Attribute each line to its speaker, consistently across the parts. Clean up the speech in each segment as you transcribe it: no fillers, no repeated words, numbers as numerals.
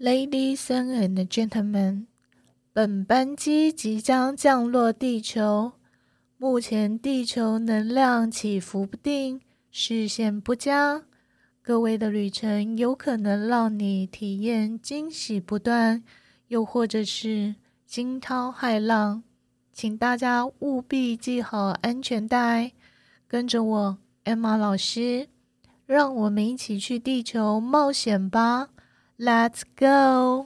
Speaker 1: Ladies and gentlemen， 本班机即将降落地球。目前地球能量起伏不定，视线不佳，各位的旅程有可能让你体验惊喜不断，又或者是惊涛骇浪。请大家务必系好安全带，跟着我 Emma 老师，让我们一起去地球冒险吧。Let's go！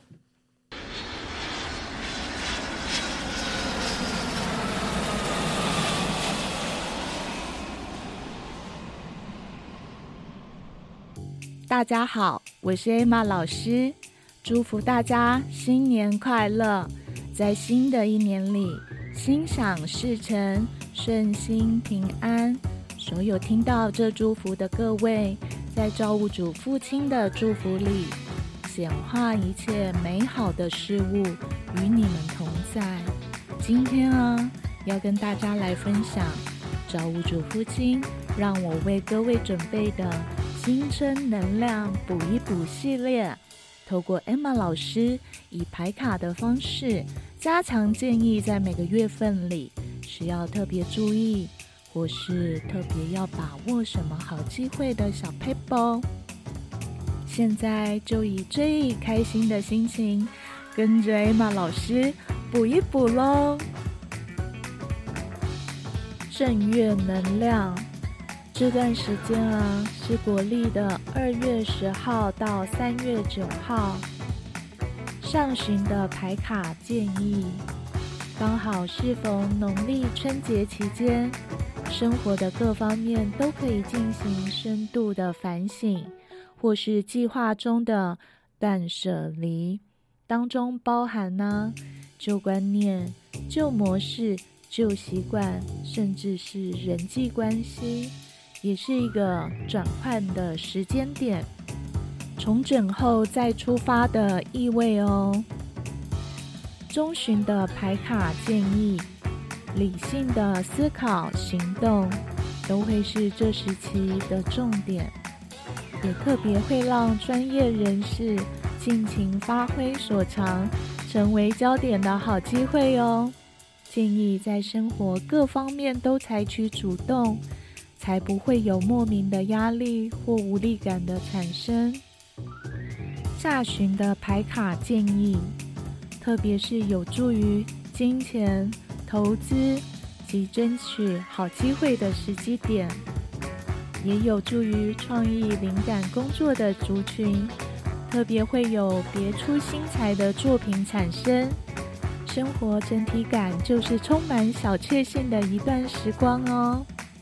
Speaker 2: 大家好，我是 Emma 老师，祝福大家新年快乐，在新的一年里心想事成，顺心平安。所有听到这祝福的各位，在造物主父亲的祝福里，显化一切美好的事物与你们同在。今天要跟大家来分享造物主父亲让我为各位准备的新春能量补一补系列，透过 Emma 老师以牌卡的方式加强建议，在每个月份里需要特别注意或是特别要把握什么好机会的小撇步。现在就以最开心的心情跟着 Emma 老师补一补咯。正月能量这段时间是国历的2月10号到3月9号，上旬的牌卡建议刚好适逢农历春节期间，生活的各方面都可以进行深度的反省，或是计划中的断舍离，当中包含旧观念、旧模式、旧习惯，甚至是人际关系，也是一个转换的时间点，重整后再出发的意味哦。中旬的牌卡建议，理性的思考行动都会是这时期的重点，也特别会让专业人士尽情发挥所长，成为焦点的好机会哦。建议在生活各方面都采取主动，才不会有莫名的压力或无力感的产生。下旬的牌卡建议，特别是有助于金钱、投资及争取好机会的时机点，也有助于创意灵感工作的族群，特别会有别出心裁的作品产生。生活整体感就是充满小确幸的一段时光哦。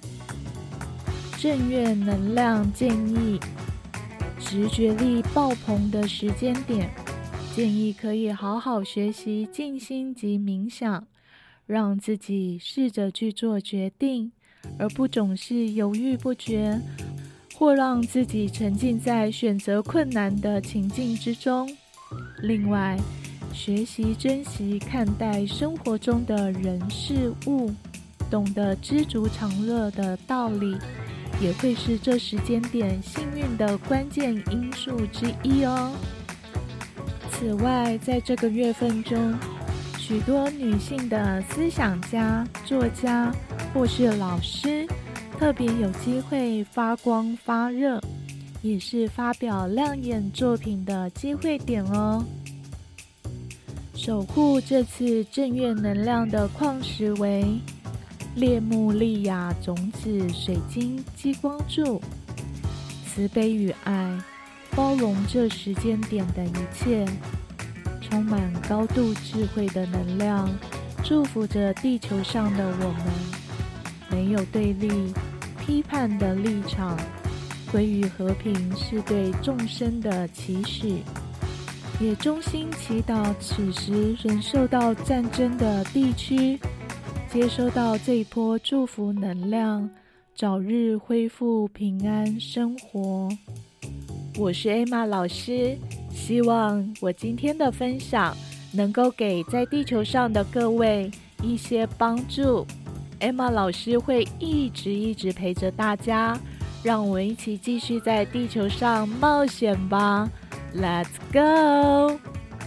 Speaker 2: 正月能量建议，直觉力爆棚的时间点，建议可以好好学习静心及冥想，让自己试着去做决定，而不总是犹豫不决，或让自己沉浸在选择困难的情境之中。另外，学习珍惜看待生活中的人事物，懂得知足常乐的道理，也会是这时间点幸运的关键因素之一哦。此外，在这个月份中，许多女性的思想家、作家或是老师，特别有机会发光发热，也是发表亮眼作品的机会点哦。守护这次正月能量的矿石为列穆利亚种子水晶激光柱，慈悲与爱包容这时间点的一切，充满高度智慧的能量，祝福着地球上的我们，没有对立批判的立场，归于和平是对众生的期许，也衷心祈祷此时仍受到战争的地区接收到这一波祝福能量，早日恢复平安生活。我是 Emma 老师，希望我今天的分享能够给在地球上的各位一些帮助。Emma 老师会一直陪着大家，让我们一起继续在地球上冒险吧。 Let's go！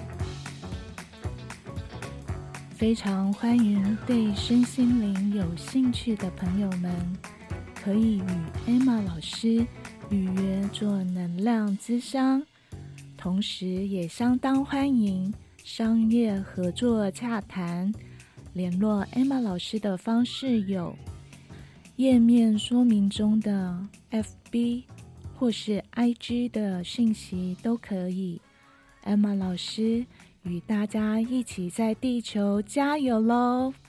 Speaker 2: 非常欢迎对身心灵有兴趣的朋友们，可以与 Emma 老师预约做能量咨商，同时也相当欢迎商业合作洽谈。联络 Emma 老师的方式有页面说明中的 FB 或是 IG 的讯息都可以。Emma 老师与大家一起在地球加油喽！